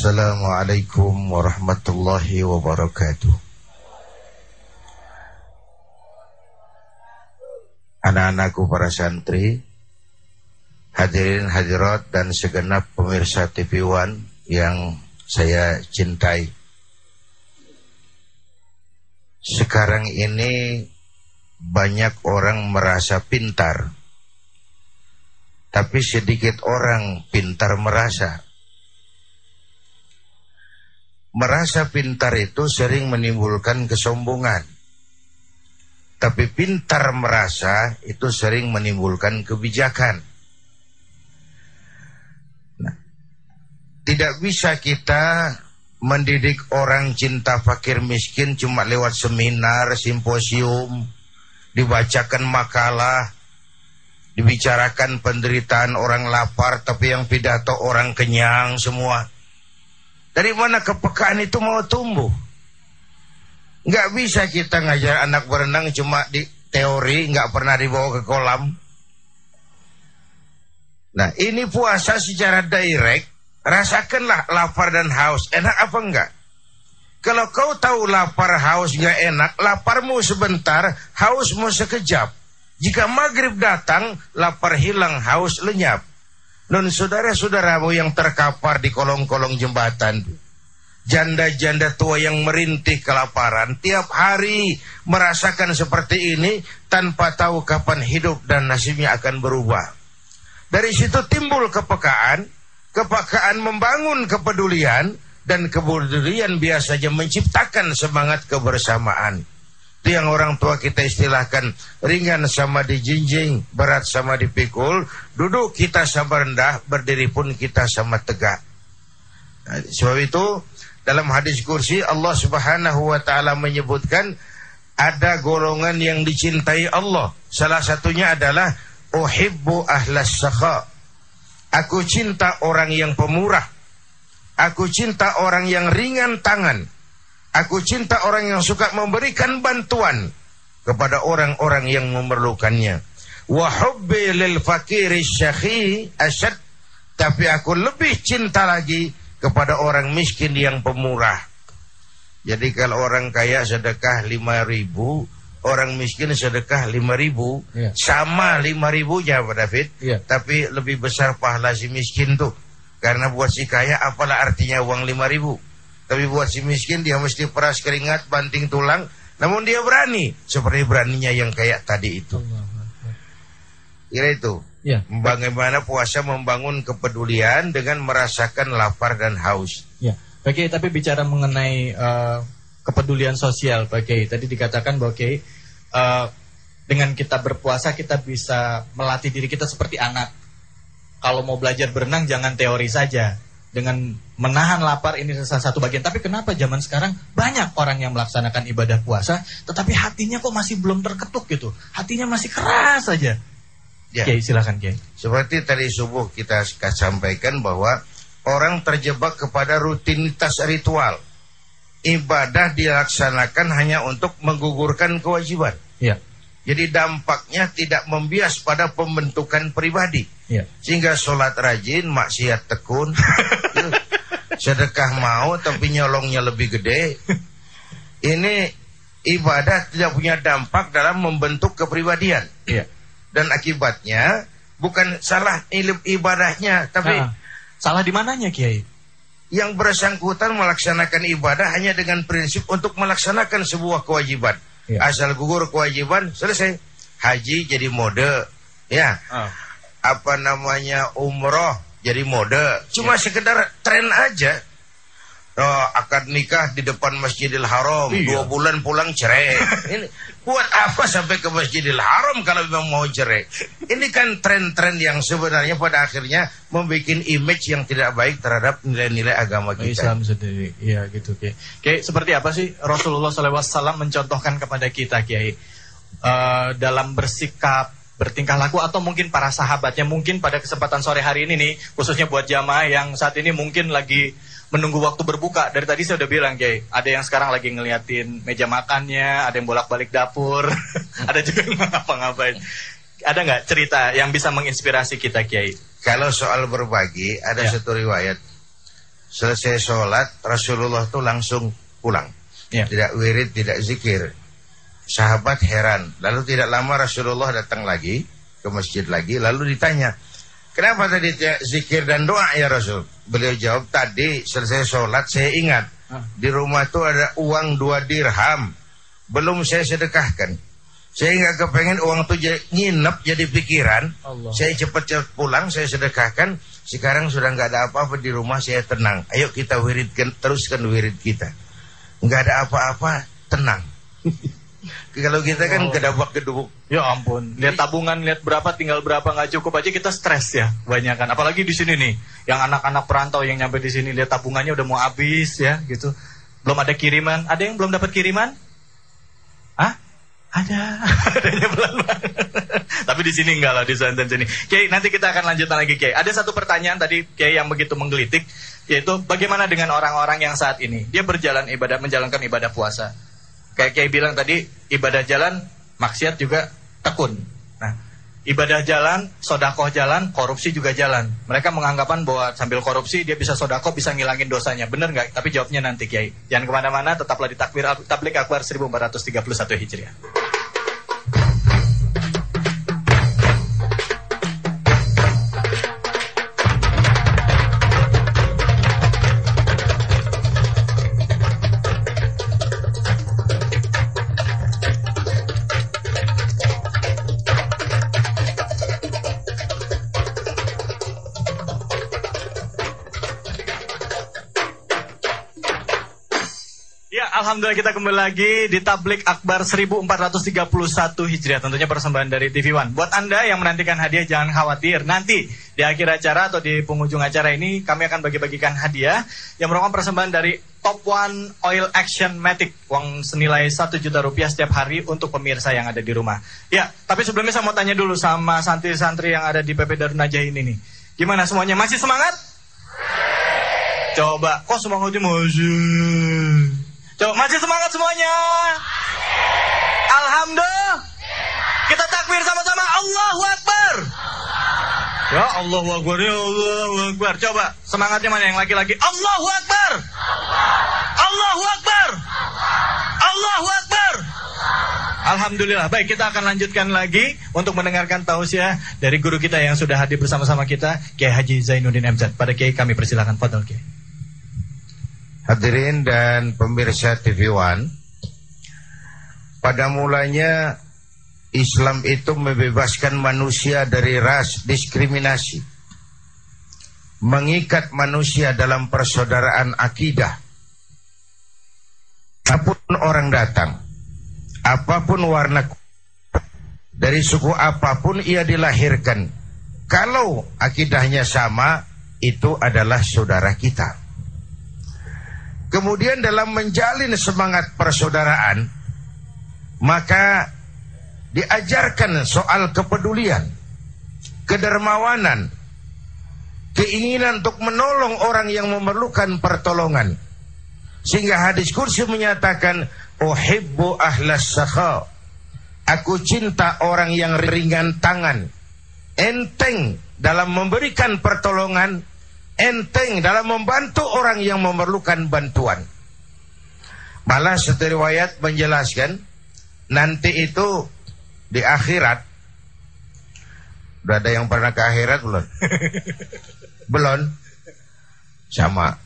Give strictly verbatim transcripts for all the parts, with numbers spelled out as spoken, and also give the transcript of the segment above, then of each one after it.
Assalamualaikum warahmatullahi wabarakatuh. Anak-anakku para santri, hadirin hadirat dan segenap pemirsa T V One yang saya cintai. Sekarang ini banyak orang merasa pintar, tapi sedikit orang pintar merasa. Merasa pintar itu sering menimbulkan kesombongan, tapi pintar merasa itu sering menimbulkan kebijakan. Nah, tidak bisa kita mendidik orang cinta fakir miskin cuma lewat seminar, simposium, dibacakan makalah, dibicarakan penderitaan orang lapar, tapi yang pidato orang kenyang semua. Dari mana kepekaan itu mau tumbuh? Nggak bisa kita ngajar anak berenang cuma di teori, nggak pernah dibawa ke kolam. Nah, ini puasa secara direct, rasakanlah lapar dan haus. Enak apa enggak? Kalau kau tahu lapar haus nggak enak, laparmu sebentar, hausmu sekejap. Jika maghrib datang, lapar hilang, haus lenyap. Non saudara-saudaramu yang terkapar di kolong-kolong jembatan, janda-janda tua yang merintih kelaparan, tiap hari merasakan seperti ini tanpa tahu kapan hidup dan nasibnya akan berubah. Dari situ timbul kepekaan, kepekaan membangun kepedulian, dan kepedulian biasanya menciptakan semangat kebersamaan. Itu yang orang tua kita istilahkan, ringan sama dijinjing, berat sama dipikul, duduk kita sama rendah, berdiri pun kita sama tegak. Nah, sebab itu dalam hadis kursi Allah Subhanahu wa taala menyebutkan ada golongan yang dicintai Allah. Salah satunya adalah uhibbu ahlas sakha. Aku cinta orang yang pemurah. Aku cinta orang yang ringan tangan. Aku cinta orang yang suka memberikan bantuan kepada orang-orang yang memerlukannya. Wa hubbi lil fakiri syakhi asyad. Tapi aku lebih cinta lagi kepada orang miskin yang pemurah. Jadi kalau orang kaya sedekah lima ribu, orang miskin sedekah lima ribu, ya. Sama lima ribunya Pak David, ya. Tapi lebih besar pahala si miskin tuh. Karena buat si kaya apalah artinya uang lima ribu. Tapi buat si miskin dia mesti peras keringat, banting tulang, namun dia berani, seperti beraninya yang kayak tadi itu. Kira itu, ya. Bagaimana puasa membangun kepedulian dengan merasakan lapar dan haus. Ya, Pak Kiai, tapi bicara mengenai uh, kepedulian sosial, Pak Kiai, tadi dikatakan bahwa Kiai, uh, dengan kita berpuasa kita bisa melatih diri kita seperti anak. Kalau mau belajar berenang jangan teori saja. Dengan menahan lapar ini salah satu bagian. Tapi kenapa zaman sekarang banyak orang yang melaksanakan ibadah puasa, tetapi hatinya kok masih belum terketuk gitu. Hatinya masih keras saja. Ya. Kiai, silakan Kiai. Seperti tadi subuh kita sampaikan bahwa orang terjebak kepada rutinitas ritual. Ibadah dilaksanakan hanya untuk menggugurkan kewajiban. Ya. Jadi dampaknya tidak membias pada pembentukan pribadi. Ya. Sehingga sholat rajin, maksiat tekun, sedekah mau tapi nyolongnya lebih gede. Ini ibadah tidak punya dampak dalam membentuk kepribadian. Ya. Dan akibatnya bukan salah ilmu ibadahnya, tapi nah, salah di mananya Kiai? Yang bersangkutan melaksanakan ibadah hanya dengan prinsip untuk melaksanakan sebuah kewajiban. Ya. Asal gugur kewajiban selesai. Haji jadi mode, ya. Oh. Apa namanya umroh jadi mode. Cuma ya. Sekedar tren aja. Oh, akad nikah di depan Masjidil Haram, iya. Dua bulan pulang cerai. Ini buat apa sampai ke Masjidil Haram kalau memang mau cerai? Ini kan tren-tren yang sebenarnya pada akhirnya membuat image yang tidak baik terhadap nilai-nilai agama kita. Islam sendiri, iya gitu Kiai. Kiai, seperti apa sih Rasulullah shallallahu alaihi wasallam mencontohkan kepada kita Kiai uh, dalam bersikap, bertingkah laku, atau mungkin para sahabatnya mungkin pada kesempatan sore hari ini nih, khususnya buat jamaah yang saat ini mungkin lagi menunggu waktu berbuka. Dari tadi saya udah bilang Kiai, ada yang sekarang lagi ngeliatin meja makannya, ada yang bolak-balik dapur, ada juga yang ngapa-ngapain. Ada nggak cerita yang bisa menginspirasi kita Kiai? Kalau soal berbagi, ada ya. Satu riwayat. selesai sholat Rasulullah tuh langsung pulang. Ya. Tidak wirid, tidak zikir. Sahabat heran. Lalu tidak lama Rasulullah datang lagi ke masjid lagi. Lalu ditanya, kenapa tadi zikir dan doa ya Rasul? Beliau jawab, tadi selesai sholat saya ingat di rumah tuh ada uang dua dirham, belum saya sedekahkan. Saya nggak kepengen uang tuh jadi, nginep jadi pikiran. Allah. Saya cepat-cepat pulang, saya sedekahkan. Sekarang sudah nggak ada apa-apa di rumah, saya tenang. Ayo kita wiridkan, teruskan wirid kita. Nggak ada apa-apa, tenang. Kalau kita kan gedabak-gedubuk. Ya ampun, lihat tabungan, lihat berapa, tinggal berapa, nggak cukup aja kita stres ya, kebanyakan. Apalagi di sini nih, yang anak-anak perantau yang nyampe di sini lihat tabungannya udah mau habis ya, gitu. Belum ada kiriman. Ada yang belum dapat kiriman? Hah? Ada. Adanya pelan banget. Tapi di sini enggak lah, di sana sini. Kiai, nanti kita akan lanjutkan lagi Kiai. Ada satu pertanyaan tadi Kiai yang begitu menggelitik, yaitu bagaimana dengan orang-orang yang saat ini dia berjalan ibadah, menjalankan ibadah puasa. Kayak Kiai bilang tadi, ibadah jalan, maksiat juga tekun. Nah, ibadah jalan, sodakoh jalan, korupsi juga jalan. Mereka menganggapan bahwa sambil korupsi dia bisa sodakoh, bisa ngilangin dosanya. Bener nggak? Tapi jawabnya nanti Kiai. Jangan kemana-mana, tetaplah di Takbir Tablik Akbar seribu empat ratus tiga puluh satu Hijriah. Alhamdulillah kita kembali lagi di Tablik Akbar seribu empat ratus tiga puluh satu Hijriah. Tentunya persembahan dari T V One. Buat Anda yang menantikan hadiah jangan khawatir. Nanti di akhir acara atau di penghujung acara ini kami akan bagi-bagikan hadiah yang merupakan persembahan dari Top One Oil Action Matic. Uang senilai satu juta rupiah setiap hari untuk pemirsa yang ada di rumah. Ya, tapi sebelumnya saya mau tanya dulu sama santri-santri yang ada di P P Darun Najah ini nih. Gimana semuanya? Masih semangat? Coba, kok semangatnya masih? Coba, masih semangat semuanya? Alhamdulillah. Kita takbir sama-sama. Allahu Akbar. Ya Allahu Akbar, ya Allahu Akbar. Coba, semangatnya mana yang laki-laki? Allahu Akbar. Allahu Akbar. Allahu Akbar. Alhamdulillah. Baik, kita akan lanjutkan lagi untuk mendengarkan tausiah dari guru kita yang sudah hadir bersama-sama kita, Kiai Haji Zainuddin M Z. Pada Kiai kami persilakan. Fadhol Kiai. Hadirin dan pemirsa T V One, pada mulanya Islam itu membebaskan manusia dari ras diskriminasi, mengikat manusia dalam persaudaraan akidah. Apapun orang datang, apapun warna, dari suku apapun ia dilahirkan, kalau akidahnya sama, itu adalah saudara kita. Kemudian dalam menjalin semangat persaudaraan, maka diajarkan soal kepedulian, kedermawanan, keinginan untuk menolong orang yang memerlukan pertolongan. Sehingga hadis kursi menyatakan, uhibbu ahlas sakha, aku cinta orang yang ringan tangan, enteng dalam memberikan pertolongan, enteng dalam membantu orang yang memerlukan bantuan. Malah satu riwayat menjelaskan, nanti itu di akhirat, udah ada yang pernah ke akhirat belum? Belum? Sama.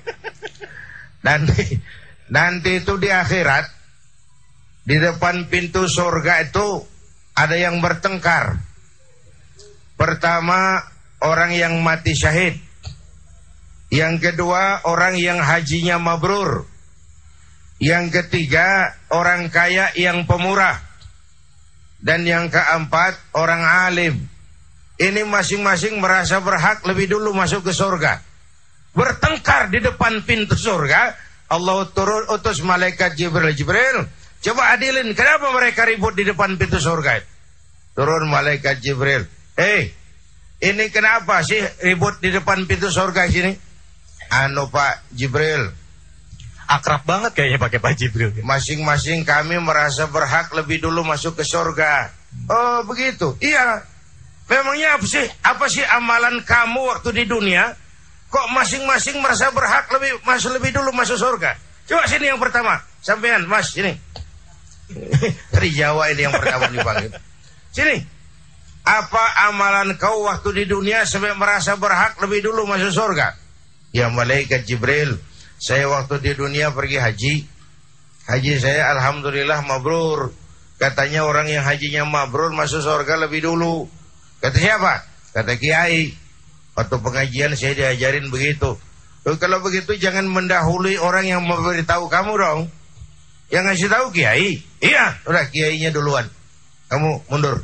Nanti, nanti itu di akhirat, di depan pintu surga itu ada yang bertengkar. Pertama, orang yang mati syahid. Yang kedua, orang yang hajinya mabrur. Yang ketiga, orang kaya yang pemurah. Dan yang keempat, orang alim. Ini masing-masing merasa berhak lebih dulu masuk ke surga. Bertengkar di depan pintu surga. Allah turun utus malaikat Jibril. Jibril, coba adilin, kenapa mereka ribut di depan pintu surga? Turun malaikat Jibril. Eh, ini kenapa sih ribut di depan pintu surga sini? Anu Pak Jibril, akrab banget kayaknya pakai Pak Jibril. Masing-masing kami merasa berhak lebih dulu masuk ke surga. Oh begitu? Iya. Memangnya apa sih, apa sih amalan kamu waktu di dunia Kok masing-masing merasa berhak lebih masuk lebih dulu masuk surga? Coba sini yang pertama, sampean, Mas, sini. Dari Jawa ini yang pertama dipanggil. Sini. Apa amalan kau waktu di dunia sampai merasa berhak lebih dulu masuk surga? Ya malaikat Jibril, saya waktu di dunia pergi haji. Haji saya alhamdulillah mabrur. Katanya orang yang hajinya mabrur masuk surga lebih dulu. Kata siapa? Kata Kiai. Waktu pengajian saya diajarin begitu. Loh, kalau begitu jangan mendahului orang yang memberitahu kamu dong. Yang ngasih tahu Kiai. Iya, udah Kiainya duluan. Kamu mundur.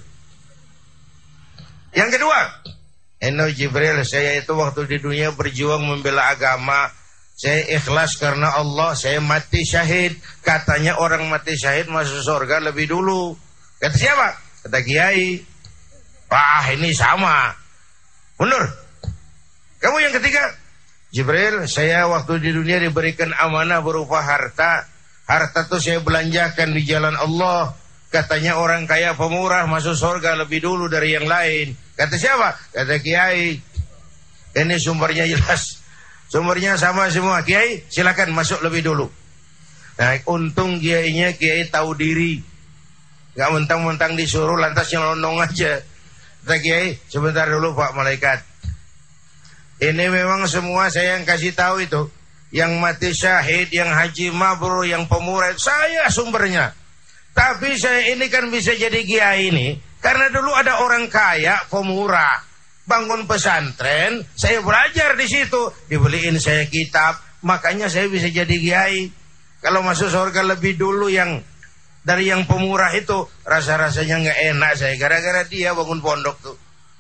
Yang kedua, Eno Jibril, saya itu waktu di dunia berjuang membela agama. Saya ikhlas karena Allah, saya mati syahid. Katanya orang mati syahid masuk surga lebih dulu. Kata siapa? Kata Kiai. Wah, ini sama. Mundur. Kamu yang ketiga, Jibril, saya waktu di dunia diberikan amanah berupa harta. Harta itu saya belanjakan di jalan Allah. Katanya orang kaya pemurah masuk surga lebih dulu dari yang lain. Kata siapa? Kata Kiai. Ini sumbernya jelas. Sumbernya sama semua. Kiai, silakan masuk lebih dulu. Nah, untung kiainya Kiai tahu diri. Gak mentang-mentang disuruh lantas nyelonong aja. Kata Kiai, sebentar dulu Pak Malaikat. Ini memang semua saya yang kasih tahu itu. Yang mati syahid, yang haji mabrur, yang pemurah, saya sumbernya. Tapi saya ini kan bisa jadi kiai ini karena dulu ada orang kaya pemurah bangun pesantren, saya belajar di situ, dibeliin saya kitab, makanya saya bisa jadi kiai. Kalau masuk surga lebih dulu yang dari yang pemurah itu, rasa-rasanya nggak enak saya gara-gara dia bangun pondok tuh.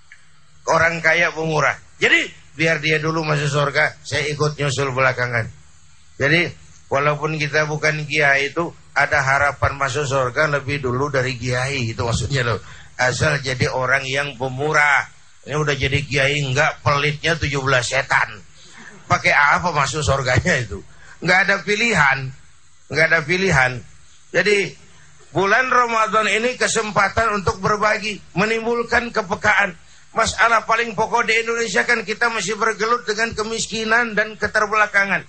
Orang kaya pemurah. Jadi biar dia dulu masuk surga, saya ikut nyusul belakangan. Jadi walaupun kita bukan kiai itu, ada harapan masuk surga lebih dulu dari kiai, itu maksudnya loh. Asal jadi orang yang pemurah. Ini udah jadi kiai enggak, pelitnya tujuh belas setan. Pakai apa masuk surganya itu? Enggak ada pilihan. Enggak ada pilihan. Jadi bulan Ramadan ini kesempatan untuk berbagi, menimbulkan kepekaan. Masalah paling pokok di Indonesia kan kita masih bergelut dengan kemiskinan dan keterbelakangan.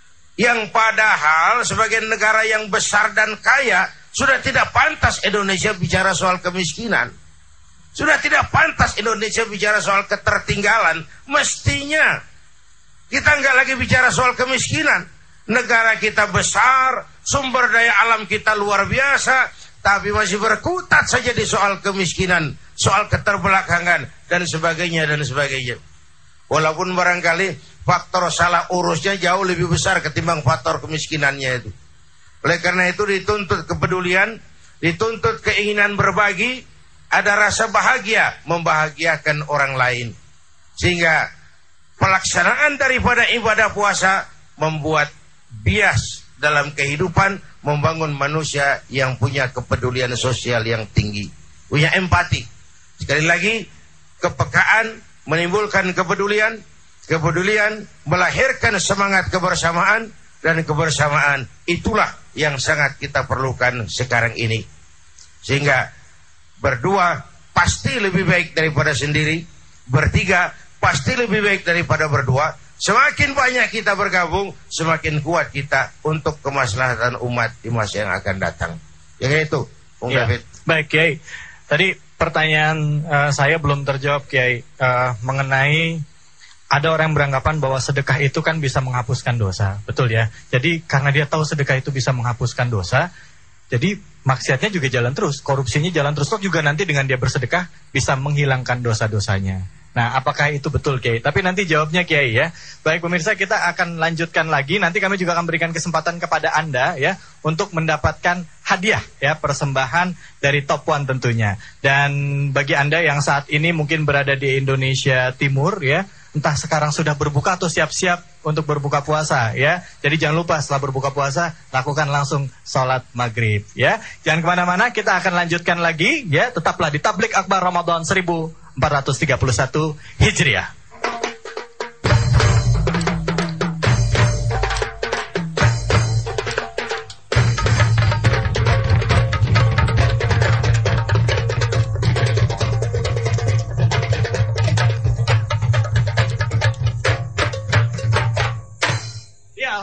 Yang padahal sebagai negara yang besar dan kaya, sudah tidak pantas Indonesia bicara soal kemiskinan. Sudah tidak pantas Indonesia bicara soal ketertinggalan. Mestinya kita nggak lagi bicara soal kemiskinan. Negara kita besar, sumber daya alam kita luar biasa, tapi masih berkutat saja di soal kemiskinan, soal keterbelakangan, dan sebagainya, dan sebagainya. Walaupun barangkali faktor salah urusnya jauh lebih besar ketimbang faktor kemiskinannya itu. Oleh karena itu dituntut kepedulian, dituntut keinginan berbagi, ada rasa bahagia membahagiakan orang lain. Sehingga pelaksanaan daripada ibadah puasa membuat bias dalam kehidupan, membangun manusia yang punya kepedulian sosial yang tinggi, punya empati. Sekali lagi, kepekaan menimbulkan kepedulian, kepedulian melahirkan semangat kebersamaan, dan kebersamaan itulah yang sangat kita perlukan sekarang ini. Sehingga berdua pasti lebih baik daripada sendiri, bertiga pasti lebih baik daripada berdua. Semakin banyak kita bergabung, semakin kuat kita untuk kemaslahatan umat di masa yang akan datang. Yang itu, Bung ya, David. Baik, Kiai. Tadi pertanyaan uh, saya belum terjawab, Kiai, uh, mengenai ada orang yang beranggapan bahwa sedekah itu kan bisa menghapuskan dosa, betul ya? Jadi karena dia tahu sedekah itu bisa menghapuskan dosa, jadi maksiatnya juga jalan terus, korupsinya jalan terus, toh juga nanti dengan dia bersedekah bisa menghilangkan dosa-dosanya. Nah, apakah itu betul, Kiai? Tapi nanti jawabnya Kiai ya. Baik pemirsa, kita akan lanjutkan lagi. Nanti kami juga akan berikan kesempatan kepada Anda ya untuk mendapatkan hadiah ya, persembahan dari Top One tentunya. Dan bagi Anda yang saat ini mungkin berada di Indonesia Timur ya, entah sekarang sudah berbuka atau siap-siap untuk berbuka puasa ya. Jadi jangan lupa setelah berbuka puasa lakukan langsung sholat maghrib ya. Jangan kemana-mana, kita akan lanjutkan lagi ya. Tetaplah di Tablik Akbar Ramadan seribu empat ratus tiga puluh satu Hijriah.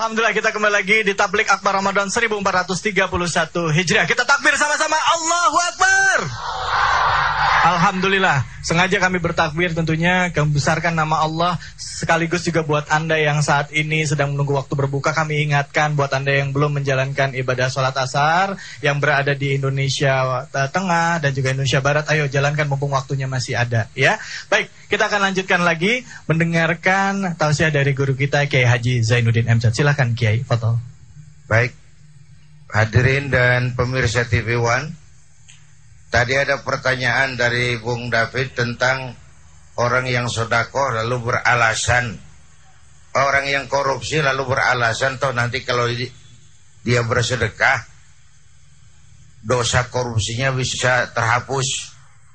Alhamdulillah kita kembali lagi di Tablik Akbar Ramadan seribu empat ratus tiga puluh satu Hijriah. Kita takbir sama-sama, Allahu Akbar. Alhamdulillah, sengaja kami bertakbir tentunya membesarkan nama Allah, sekaligus juga buat Anda yang saat ini sedang menunggu waktu berbuka, kami ingatkan buat Anda yang belum menjalankan ibadah sholat asar, yang berada di Indonesia Tengah dan juga Indonesia Barat, ayo jalankan mumpung waktunya masih ada, ya. Baik, kita akan lanjutkan lagi mendengarkan tausiah dari guru kita Kiai Haji Zainuddin M Syad. Silakan Kiai, foto. Baik, hadirin dan pemirsa T V One. Tadi ada pertanyaan dari Bung David tentang orang yang sedekah lalu beralasan, orang yang korupsi lalu beralasan toh nanti kalau dia bersedekah dosa korupsinya bisa terhapus.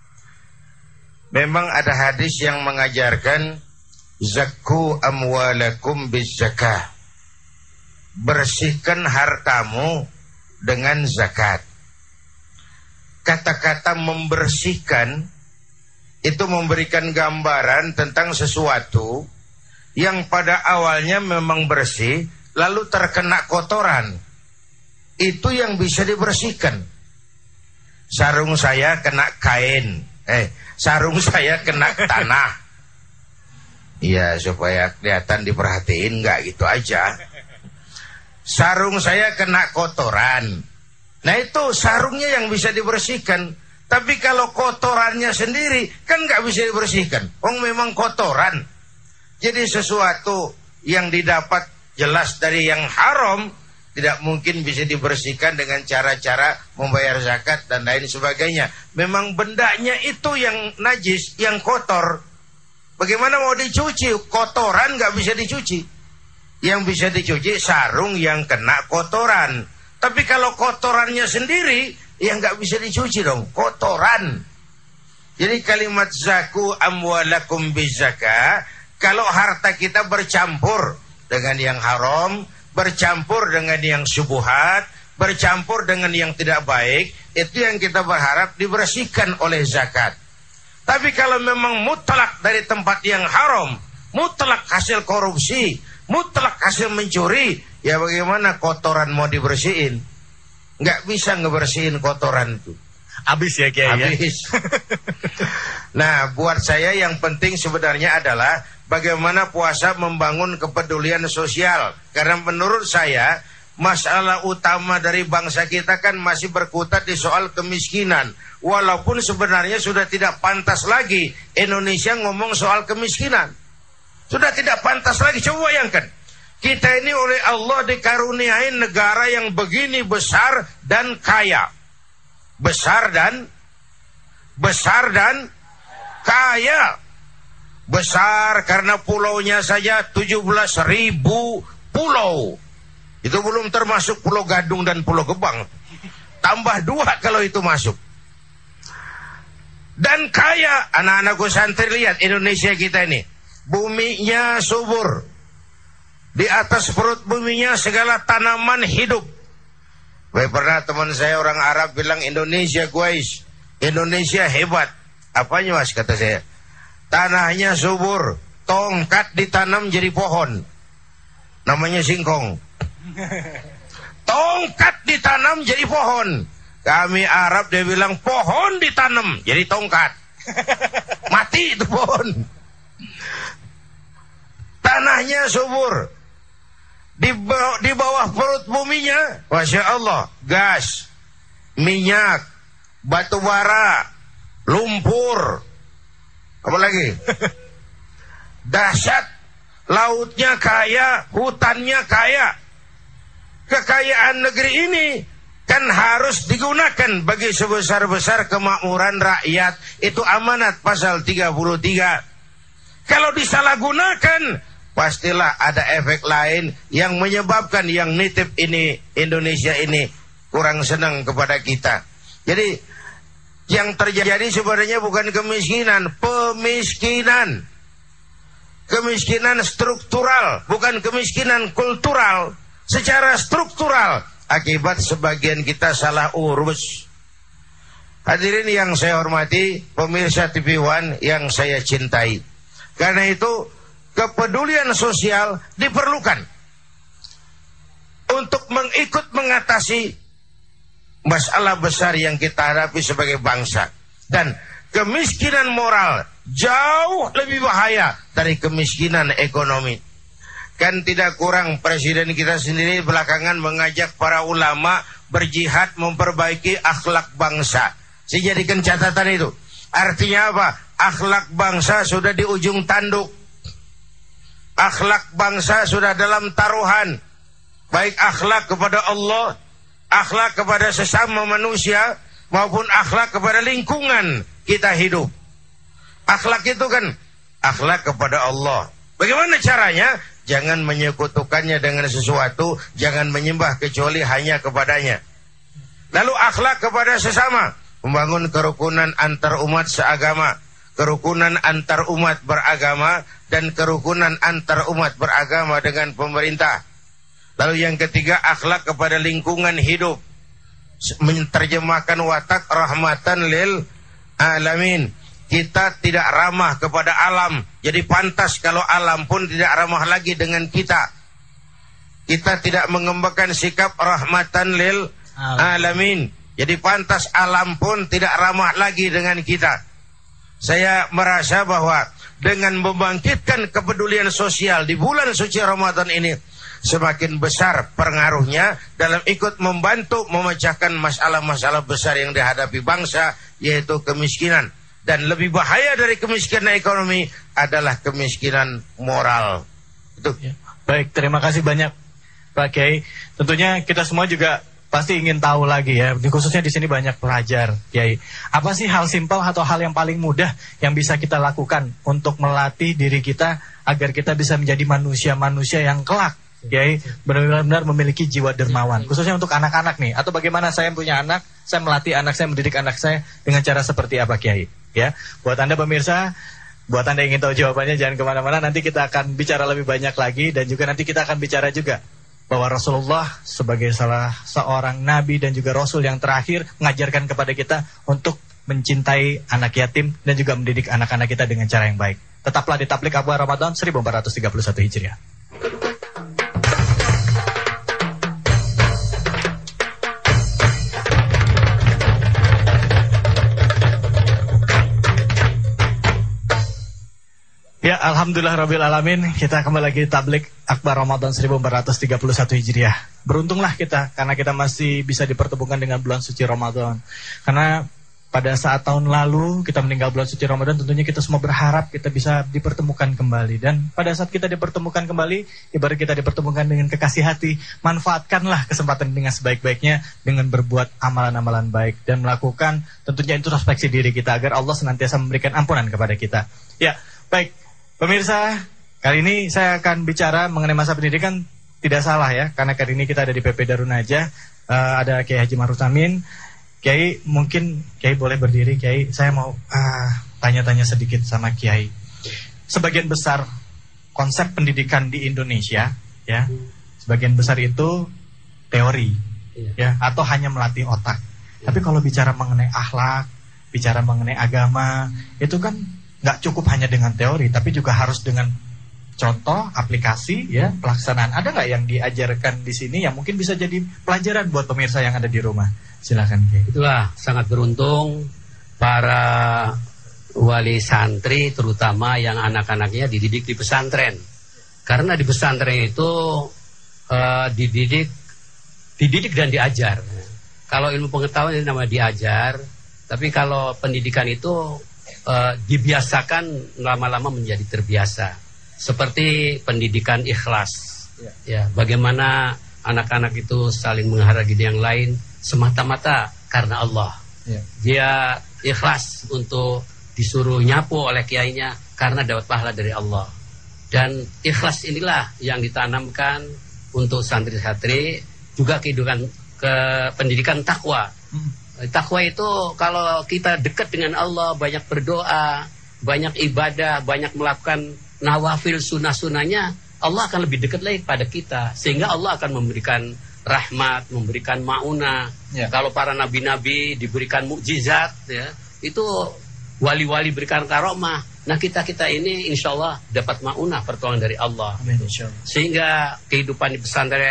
Memang ada hadis yang mengajarkan zakku amwalakum bizzakah, bersihkan hartamu dengan zakat. Kata-kata membersihkan itu memberikan gambaran tentang sesuatu yang pada awalnya memang bersih lalu terkena kotoran. Itu yang bisa dibersihkan. Sarung saya kena kain, eh sarung saya kena tanah. Iya, supaya kelihatan diperhatiin, nggak gitu aja. Sarung saya kena kotoran. Nah itu sarungnya yang bisa dibersihkan. Tapi kalau kotorannya sendiri kan nggak bisa dibersihkan. Oh memang kotoran. Jadi sesuatu yang didapat jelas dari yang haram tidak mungkin bisa dibersihkan dengan cara-cara membayar zakat dan lain sebagainya. Memang bendanya itu yang najis, yang kotor. Bagaimana mau dicuci? Kotoran nggak bisa dicuci. Yang bisa dicuci sarung yang kena kotoran. Tapi kalau kotorannya sendiri, ya nggak bisa dicuci dong, kotoran. Jadi kalimat zaku amwalakum bizaka, kalau harta kita bercampur dengan yang haram, bercampur dengan yang syubhat, bercampur dengan yang tidak baik, itu yang kita berharap dibersihkan oleh zakat. Tapi kalau memang mutlak dari tempat yang haram, mutlak hasil korupsi, mutlak hasil mencuri, ya bagaimana kotoran mau dibersihin? Nggak bisa ngebersihin kotoran itu. Habis ya Kiai. Habis. Ya? Nah, buat saya yang penting sebenarnya adalah bagaimana puasa membangun kepedulian sosial. Karena menurut saya masalah utama dari bangsa kita kan masih berkutat di soal kemiskinan. Walaupun sebenarnya sudah tidak pantas lagi Indonesia ngomong soal kemiskinan. Sudah tidak pantas lagi. Coba bayangkan. Kita ini oleh Allah dikaruniai negara yang begini besar dan kaya. Besar dan besar dan kaya. Besar karena pulaunya saja tujuh belas ribu pulau. Itu belum termasuk Pulau Gadung dan Pulau Gebang. Tambah dua kalau itu masuk. Dan kaya, anak-anakku santri lihat Indonesia kita ini. Buminya subur. Di atas perut buminya segala tanaman hidup. Baik, pernah teman saya orang Arab bilang Indonesia guys, Indonesia hebat. Apanya mas kata saya? Tanahnya subur, tongkat ditanam jadi pohon. Namanya singkong. Tongkat ditanam jadi pohon. Kami Arab dia bilang pohon ditanam jadi tongkat. Mati itu pohon. Tanahnya subur. Di bawah, di bawah perut buminya, Masya Allah, gas, minyak, batu bara, lumpur, apa lagi? Dahsyat, lautnya kaya, hutannya kaya. Kekayaan negeri ini kan harus digunakan bagi sebesar-besar kemakmuran rakyat. Itu amanat pasal tiga puluh tiga. Kalau disalahgunakan, pastilah ada efek lain yang menyebabkan yang nitip ini, Indonesia ini kurang senang kepada kita. Jadi yang terjadi sebenarnya bukan kemiskinan, pemiskinan. Kemiskinan struktural, bukan kemiskinan kultural. Secara struktural, akibat sebagian kita salah urus. Hadirin yang saya hormati, pemirsa T V One yang saya cintai. Karena itu kepedulian sosial diperlukan. untuk mengikut mengatasi masalah besar yang kita hadapi sebagai bangsa. Dan kemiskinan moral jauh lebih bahaya dari kemiskinan ekonomi. Kan tidak kurang presiden kita sendiri belakangan mengajak para ulama berjihad memperbaiki akhlak bangsa. Saya jadikan catatan itu. Artinya apa? Akhlak bangsa sudah di ujung tanduk. Akhlak bangsa sudah dalam taruhan. Baik akhlak kepada Allah, akhlak kepada sesama manusia, maupun akhlak kepada lingkungan kita hidup. Akhlak itu kan akhlak kepada Allah. Bagaimana caranya? Jangan menyekutukannya dengan sesuatu, jangan menyembah kecuali hanya kepadanya. Lalu akhlak kepada sesama, membangun kerukunan antar umat seagama, kerukunan antar umat beragama, dan kerukunan antar umat beragama dengan pemerintah. Lalu yang ketiga, akhlak kepada lingkungan hidup, menerjemahkan watak rahmatan lil alamin. Kita tidak ramah kepada alam, jadi pantas kalau alam pun tidak ramah lagi dengan kita. Kita tidak mengembangkan sikap rahmatan lil alamin, jadi pantas alam pun tidak ramah lagi dengan kita. Saya merasa bahwa dengan membangkitkan kepedulian sosial di bulan suci Ramadan ini, semakin besar pengaruhnya dalam ikut membantu memecahkan masalah-masalah besar yang dihadapi bangsa, yaitu kemiskinan. Dan lebih bahaya dari kemiskinan ekonomi adalah kemiskinan moral. Itu. Ya. Baik, terima kasih banyak Pak Kiai. Tentunya kita semua juga pasti ingin tahu lagi ya, khususnya di sini banyak pelajar, Kiai. Apa sih hal simpel atau hal yang paling mudah yang bisa kita lakukan untuk melatih diri kita agar kita bisa menjadi manusia-manusia yang kelak, Kiai, benar-benar memiliki jiwa dermawan, khususnya untuk anak-anak nih. Atau bagaimana saya punya anak, saya melatih anak saya, mendidik anak saya dengan cara seperti apa, Kiai? Ya, buat Anda pemirsa, buat Anda yang ingin tahu jawabannya jangan kemana-mana. Nanti kita akan bicara lebih banyak lagi, dan juga nanti kita akan bicara juga bahwa Rasulullah sebagai salah seorang nabi dan juga rasul yang terakhir mengajarkan kepada kita untuk mencintai anak yatim dan juga mendidik anak-anak kita dengan cara yang baik. Tetaplah di Tablik Akbar Ramadan seribu empat ratus tiga puluh satu Hijriah. Ya, alhamdulillah rabbil alamin, kita kembali lagi di Tablik Akbar Ramadan seribu empat ratus tiga puluh satu Hijriah. Beruntunglah kita karena kita masih bisa dipertemukan dengan bulan suci Ramadan. Karena pada saat tahun lalu kita meninggal bulan suci Ramadan, tentunya kita semua berharap kita bisa dipertemukan kembali. Dan pada saat kita dipertemukan kembali, ibarat kita dipertemukan dengan kekasih hati, manfaatkanlah kesempatan dengan sebaik-baiknya dengan berbuat amalan-amalan baik dan melakukan tentunya introspeksi diri kita agar Allah senantiasa memberikan ampunan kepada kita. Ya, baik. Pemirsa, kali ini saya akan bicara mengenai masa pendidikan. Tidak salah ya, karena kali ini kita ada di P P Darun Najah, uh, ada Kiai Haji Ma'ruf Amin. Kiai, mungkin Kiai boleh berdiri, Kiai. Saya mau uh, tanya-tanya sedikit sama Kiai. Sebagian besar konsep pendidikan di Indonesia, ya, sebagian besar itu teori, ya, atau hanya melatih otak. Tapi kalau bicara mengenai akhlak, bicara mengenai agama, itu kan nggak cukup hanya dengan teori, tapi juga harus dengan contoh, aplikasi, ya, pelaksanaan. Ada nggak yang diajarkan di sini yang mungkin bisa jadi pelajaran buat pemirsa yang ada di rumah? Silakan, Kiai. Itulah sangat beruntung para wali santri, terutama yang anak-anaknya dididik di pesantren. Karena di pesantren itu uh, dididik, dididik dan diajar. Kalau ilmu pengetahuan ini namanya diajar, tapi kalau pendidikan itu Uh, dibiasakan lama-lama menjadi terbiasa, seperti pendidikan ikhlas, ya, ya bagaimana anak-anak itu saling menghargai yang lain semata-mata karena Allah, ya. Dia ikhlas untuk disuruh nyapu oleh kiainya karena dapat pahala dari Allah, dan ikhlas inilah yang ditanamkan untuk santri-santri juga kehidupan ke pendidikan takwa. hmm. Takwa itu kalau kita dekat dengan Allah, banyak berdoa, banyak ibadah, banyak melakukan nawafil sunnah-sunnahnya, Allah akan lebih dekat lagi pada kita. Sehingga Allah akan memberikan rahmat, memberikan ma'unah. Ya. Kalau para nabi-nabi diberikan mukjizat, ya, itu wali-wali berikan karomah. Nah kita-kita ini insya Allah dapat ma'unah pertolongan dari Allah. Amin, Sehingga kehidupan di pesantren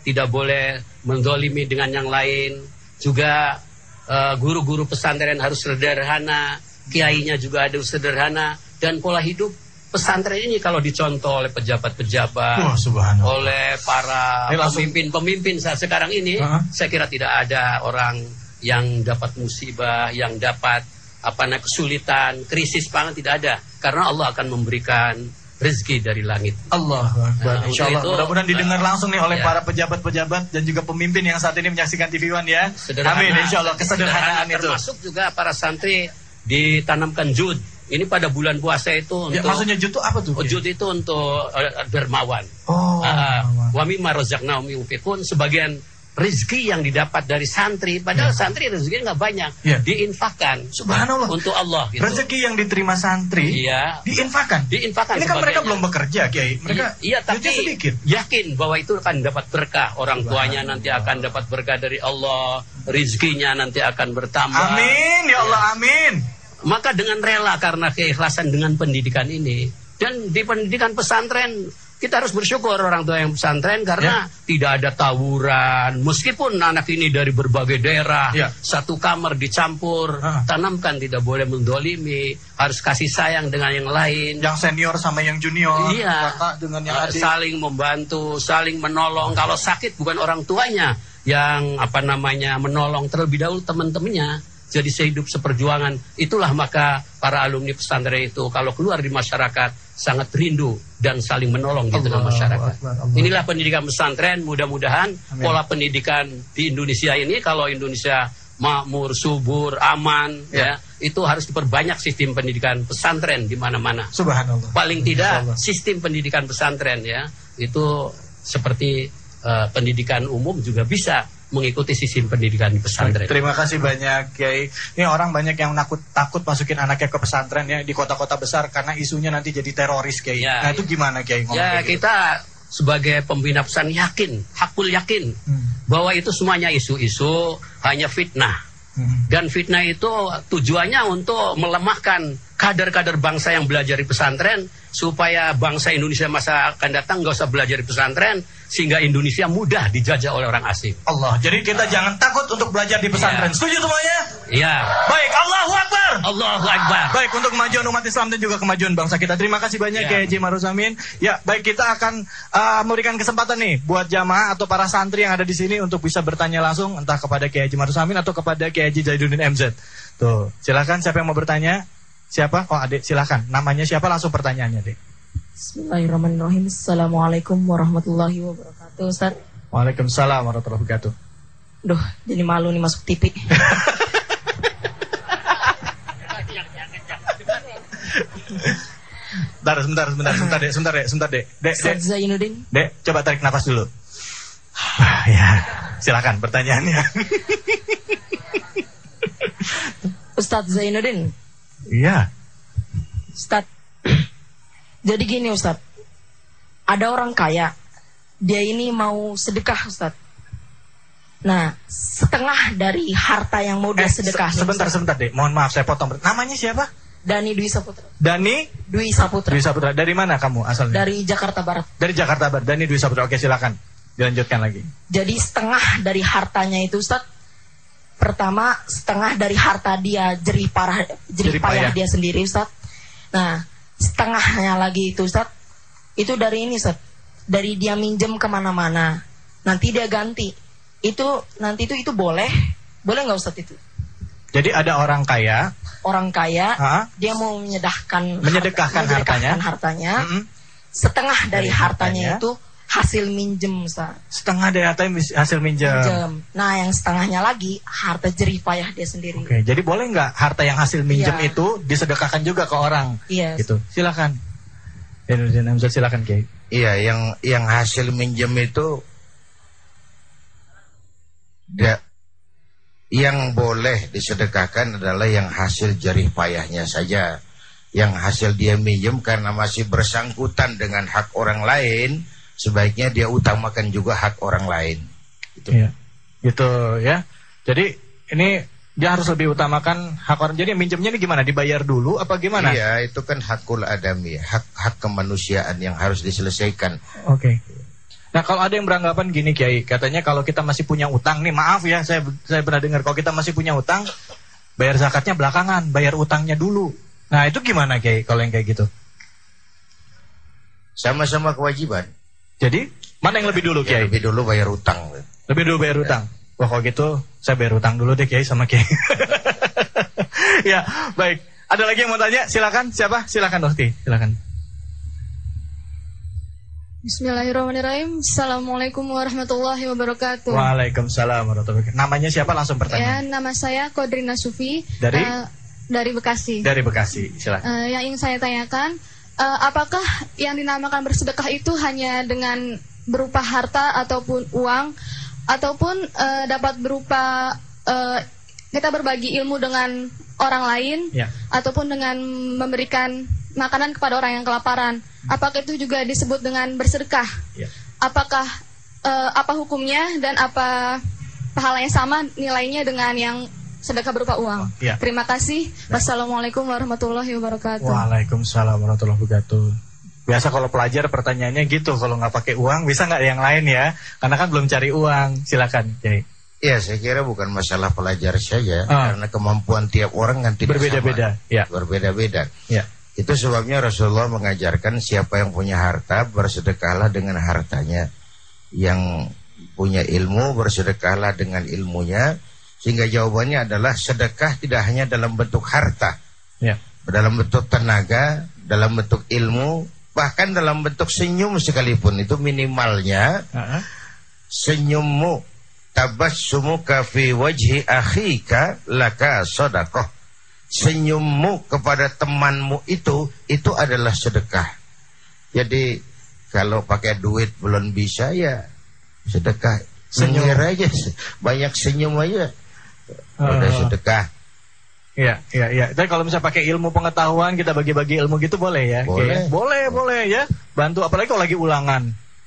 tidak boleh mendolimi dengan yang lain. Juga uh, guru-guru pesantren harus sederhana, kiainya juga harus sederhana, dan pola hidup pesantren ini kalau dicontoh oleh pejabat-pejabat, oh, subhanallah, oleh para pemimpin-pemimpin saat sekarang ini, uh -huh. saya kira tidak ada orang yang dapat musibah, yang dapat apa namanya kesulitan, krisis pangan, tidak ada, karena Allah akan memberikan rezeki dari langit. Allah, nah, insya Allah. Mudah-mudahan didengar uh, langsung nih oleh ya. para pejabat-pejabat dan juga pemimpin yang saat ini menyaksikan T V One ya. Sederhana, amin, insya Allah kesederhanaan itu. Termasuk juga para santri ditanamkan jud. Ini pada bulan puasa itu untuk, ya, maksudnya jud itu apa tuh? Jud itu untuk uh, dermawan. Oh. Wa mimma razaqnahum yunfiqun, sebagian rezeki yang didapat dari santri, padahal ya. santri rezekinya nggak banyak, ya. diinfakkan. Subhanallah. Untuk Allah. Gitu. Rezeki yang diterima santri, ya. diinfakkan. Diinfakkan. Ini kan mereka belum bekerja, Kiai. Mereka iya, tapi sedikit. Yakin bahwa itu akan dapat berkah. Orang tuanya nanti akan dapat berkah dari Allah, rezekinya nanti akan bertambah. Amin, ya Allah, amin. Maka dengan rela karena keikhlasan dengan pendidikan ini, dan di pendidikan pesantren kita harus bersyukur orang tua yang pesantren karena ya. tidak ada tawuran. Meskipun anak ini dari berbagai daerah, ya. satu kamar dicampur, ha. tanamkan tidak boleh mendolimi, harus kasih sayang dengan yang lain. Yang senior sama yang junior, iya. kakak dengan yang adik. Saling membantu, saling menolong. Kalau sakit bukan orang tuanya yang apa namanya menolong, terlebih dahulu teman-temannya. Jadi sehidup seperjuangan. Itulah maka para alumni pesantren itu kalau keluar di masyarakat sangat rindu dan saling menolong di tengah masyarakat. Allah, Allah. Inilah pendidikan pesantren. Mudah-mudahan pola pendidikan di Indonesia ini, kalau Indonesia makmur, subur, aman, ya, ya itu harus diperbanyak sistem pendidikan pesantren di mana-mana. Subhanallah. Paling tidak sistem pendidikan pesantren ya itu seperti uh, pendidikan umum juga bisa mengikuti sistem pendidikan di pesantren. Terima kasih banyak, Kiai. Ini orang banyak yang nakut takut masukin anaknya ke pesantren ya di kota-kota besar karena isunya nanti jadi teroris, Kiai. Ya, nah itu gimana, Kiai? Ya kita gitu? Sebagai pembina pesantren yakin, hakul yakin hmm. bahwa itu semuanya isu-isu hanya fitnah. Hmm. Dan fitnah itu tujuannya untuk melemahkan kader-kader bangsa yang belajar di pesantren supaya bangsa Indonesia masa akan datang nggak usah belajar di pesantren sehingga Indonesia mudah dijajah oleh orang asing. Allah, jadi kita uh. jangan takut untuk belajar di pesantren. Ya. Setuju semuanya? Iya. Baik, Allahu Akbar. Allahu Akbar. Baik, untuk kemajuan umat Islam dan juga kemajuan bangsa kita. Terima kasih banyak Kiai Haji Ma'ruf Amin. Ya, baik, kita akan uh, memberikan kesempatan nih buat jamaah atau para santri yang ada di sini untuk bisa bertanya langsung entah kepada Kiai Haji Ma'ruf Amin atau kepada Kiai Haji Zaiduddin M Z. Tuh, silakan siapa yang mau bertanya? Siapa? Oh, Adik, silakan. Namanya siapa? Langsung pertanyaannya, Dek. Bismillahirrahmanirrahim. Assalamualaikum warahmatullahi wabarakatuh, Ustaz. Waalaikumsalam warahmatullahi wabarakatuh. Duh, jadi malu nih masuk T V. Bentar, sebentar, sebentar, sebentar, Dek, sebentar, Dek, sebentar, Dek. Dek, Dek. Zainuddin. Dek, coba tarik nafas dulu. Ya, silakan pertanyaannya. Ustaz Zainuddin. Iya. Ustaz. Jadi gini, Ustaz. Ada orang kaya. Dia ini mau sedekah, Ustaz. Nah, setengah dari harta yang mau dia eh, sedekah. Se sebentar, Ustaz. sebentar, Dek. Mohon maaf, saya potong. Namanya siapa? Dani Dwi Saputra. Dani Dwi Saputra. Dwi Saputra. Dari mana kamu asalnya? Dari Jakarta Barat. Dari Jakarta Barat. Dani Dwi Saputra. Oke, silakan. Dilanjutkan lagi. Jadi setengah dari hartanya itu, Ustaz. Pertama, setengah dari harta dia jerih parah, jerih, jerih payah dia sendiri, Ustaz. Nah, setengahnya lagi itu, Ustaz, itu dari ini, Ustaz, dari dia minjem kemana-mana, nanti dia ganti. Itu nanti itu itu boleh, boleh nggak, Ustaz, itu? Jadi ada orang kaya, orang kaya, ha? dia mau menyedahkan, menyedekahkan harta, hartanya, hartanya, mm -hmm. setengah dari, dari hartanya, hartanya itu hasil minjem, Ustaz. Setengah dari harta hasil minjem. minjem. Nah, yang setengahnya lagi harta jerih payah dia sendiri. Oke, jadi boleh nggak harta yang hasil minjem ya. itu disedekahkan juga ke orang? Iya. Gitu. Silakan. Silakan, Kiai. Iya, yang yang hasil minjem itu da, yang boleh disedekahkan adalah yang hasil jerih payahnya saja. Yang hasil dia minjem karena masih bersangkutan dengan hak orang lain, sebaiknya dia utamakan juga hak orang lain. Gitu. Ya. Gitu ya. Jadi ini dia harus lebih utamakan hak orang. Jadi minjemnya ini gimana? Dibayar dulu apa gimana? Iya, itu kan hakul adami, hak hak kemanusiaan yang harus diselesaikan. Oke. Okay. Nah kalau ada yang beranggapan gini Kiai, katanya kalau kita masih punya utang nih, maaf ya, saya saya pernah dengar kalau kita masih punya utang, bayar zakatnya belakangan, bayar utangnya dulu. Nah itu gimana Kiai kalau yang kayak gitu? Sama-sama kewajiban. Jadi mana yang lebih dulu Kiai? Ya, lebih dulu bayar utang. Lebih dulu bayar ya. utang. Wah kalau gitu saya bayar utang dulu deh Kiai sama Kiai. Ya baik. Ada lagi yang mau tanya? Silakan. Siapa? Silakan Dokti. Silakan. Bismillahirrahmanirrahim. Assalamualaikum warahmatullahi wabarakatuh. Waalaikumsalam warahmatullahi wabarakatuh. Namanya siapa? Langsung Ya, bertanya. nama saya Kodrina Sufi. Dari? Uh, dari Bekasi. Dari Bekasi. Silakan. Uh, yang ingin saya tanyakan, uh, apakah yang dinamakan bersedekah itu hanya dengan berupa harta ataupun uang, ataupun uh, dapat berupa uh, kita berbagi ilmu dengan orang lain, Ya. ataupun dengan memberikan makanan kepada orang yang kelaparan? Apakah itu juga disebut dengan bersedekah? Ya. Apakah uh, apa hukumnya dan apa pahalanya sama nilainya dengan yang sedekah berupa uang? Ya. Terima kasih. Wassalamualaikum warahmatullahi wabarakatuh. Waalaikumsalam warahmatullahi wabarakatuh. Biasa kalau pelajar pertanyaannya gitu, kalau nggak pakai uang bisa nggak yang lain ya? Karena kan belum cari uang. Silakan, Kiai. Ya, saya kira bukan masalah pelajar saja, Ah. karena kemampuan tiap orang kan tidak Berbeda-beda, sama. ya. Berbeda-beda. Ya. Itu sebabnya Rasulullah mengajarkan siapa yang punya harta bersedekahlah dengan hartanya, yang punya ilmu bersedekahlah dengan ilmunya, sehingga jawabannya adalah sedekah tidak hanya dalam bentuk harta, Ya. dalam bentuk tenaga, dalam bentuk ilmu, bahkan dalam bentuk senyum sekalipun. Itu minimalnya Uh-huh. senyummu, tabassumuka fi wajhi akhika laka sedekah. Senyummu kepada temanmu itu itu adalah sedekah. Jadi kalau pakai duit belum bisa ya sedekah. Senyum. Senyum aja, banyak senyum aja udah Uh. sedekah. Iya, iya, iya. Dan kalau misalnya pakai ilmu pengetahuan kita bagi-bagi ilmu gitu boleh ya? Boleh. Kiai? Boleh, boleh ya. Bantu apalagi kalau lagi ulangan.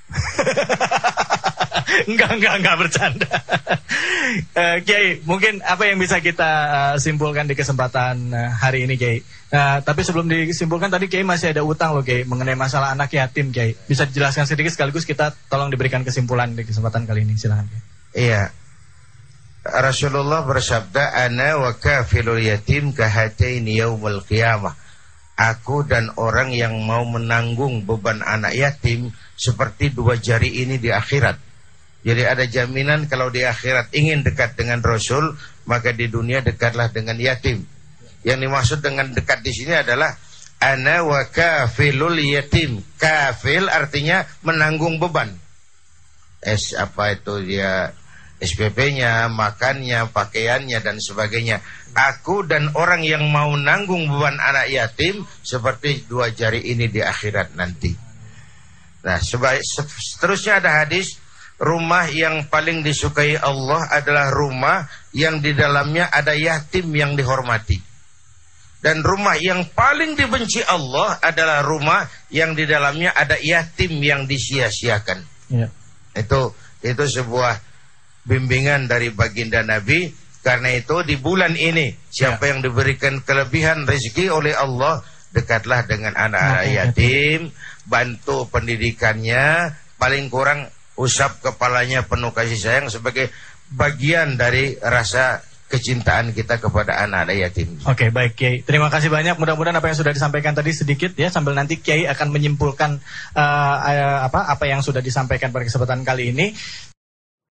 enggak, enggak, enggak bercanda. Eh, Kiai, mungkin apa yang bisa kita uh, simpulkan di kesempatan uh, hari ini, Kiai? Uh, tapi sebelum disimpulkan tadi Kiai masih ada utang loh, Kiai, mengenai masalah anak yatim, Kiai. Bisa dijelaskan sedikit sekaligus kita tolong diberikan kesimpulan di kesempatan kali ini. Silakan, Kiai. Iya. Rasulullah bersabda, ana wa kafilul yatim kahataini yaumul qiyamah. Aku dan orang yang mau menanggung beban anak yatim seperti dua jari ini di akhirat. Jadi ada jaminan kalau di akhirat ingin dekat dengan Rasul, maka di dunia dekatlah dengan yatim. Yang dimaksud dengan dekat di sini adalah ana wa kafilul yatim. Kafil artinya menanggung beban. Es apa itu dia S P P-nya, makannya, pakaiannya dan sebagainya. Aku dan orang yang mau nanggung beban anak yatim seperti dua jari ini di akhirat nanti. Nah, sebaik, seterusnya ada hadis, rumah yang paling disukai Allah adalah rumah yang di dalamnya ada yatim yang dihormati. Dan rumah yang paling dibenci Allah adalah rumah yang di dalamnya ada yatim yang disia-siakan. Ya. Itu itu sebuah bimbingan dari baginda Nabi. Karena itu di bulan ini siapa Ya. yang diberikan kelebihan rezeki oleh Allah, dekatlah dengan anak-anak yatim, bantu pendidikannya, paling kurang usap kepalanya penuh kasih sayang sebagai bagian dari rasa kecintaan kita kepada anak-anak yatim. Oke, baik Kiai. Terima kasih banyak. Mudah-mudahan apa yang sudah disampaikan tadi sedikit ya, sambil nanti Kiai akan menyimpulkan uh, uh, apa apa yang sudah disampaikan pada kesempatan kali ini.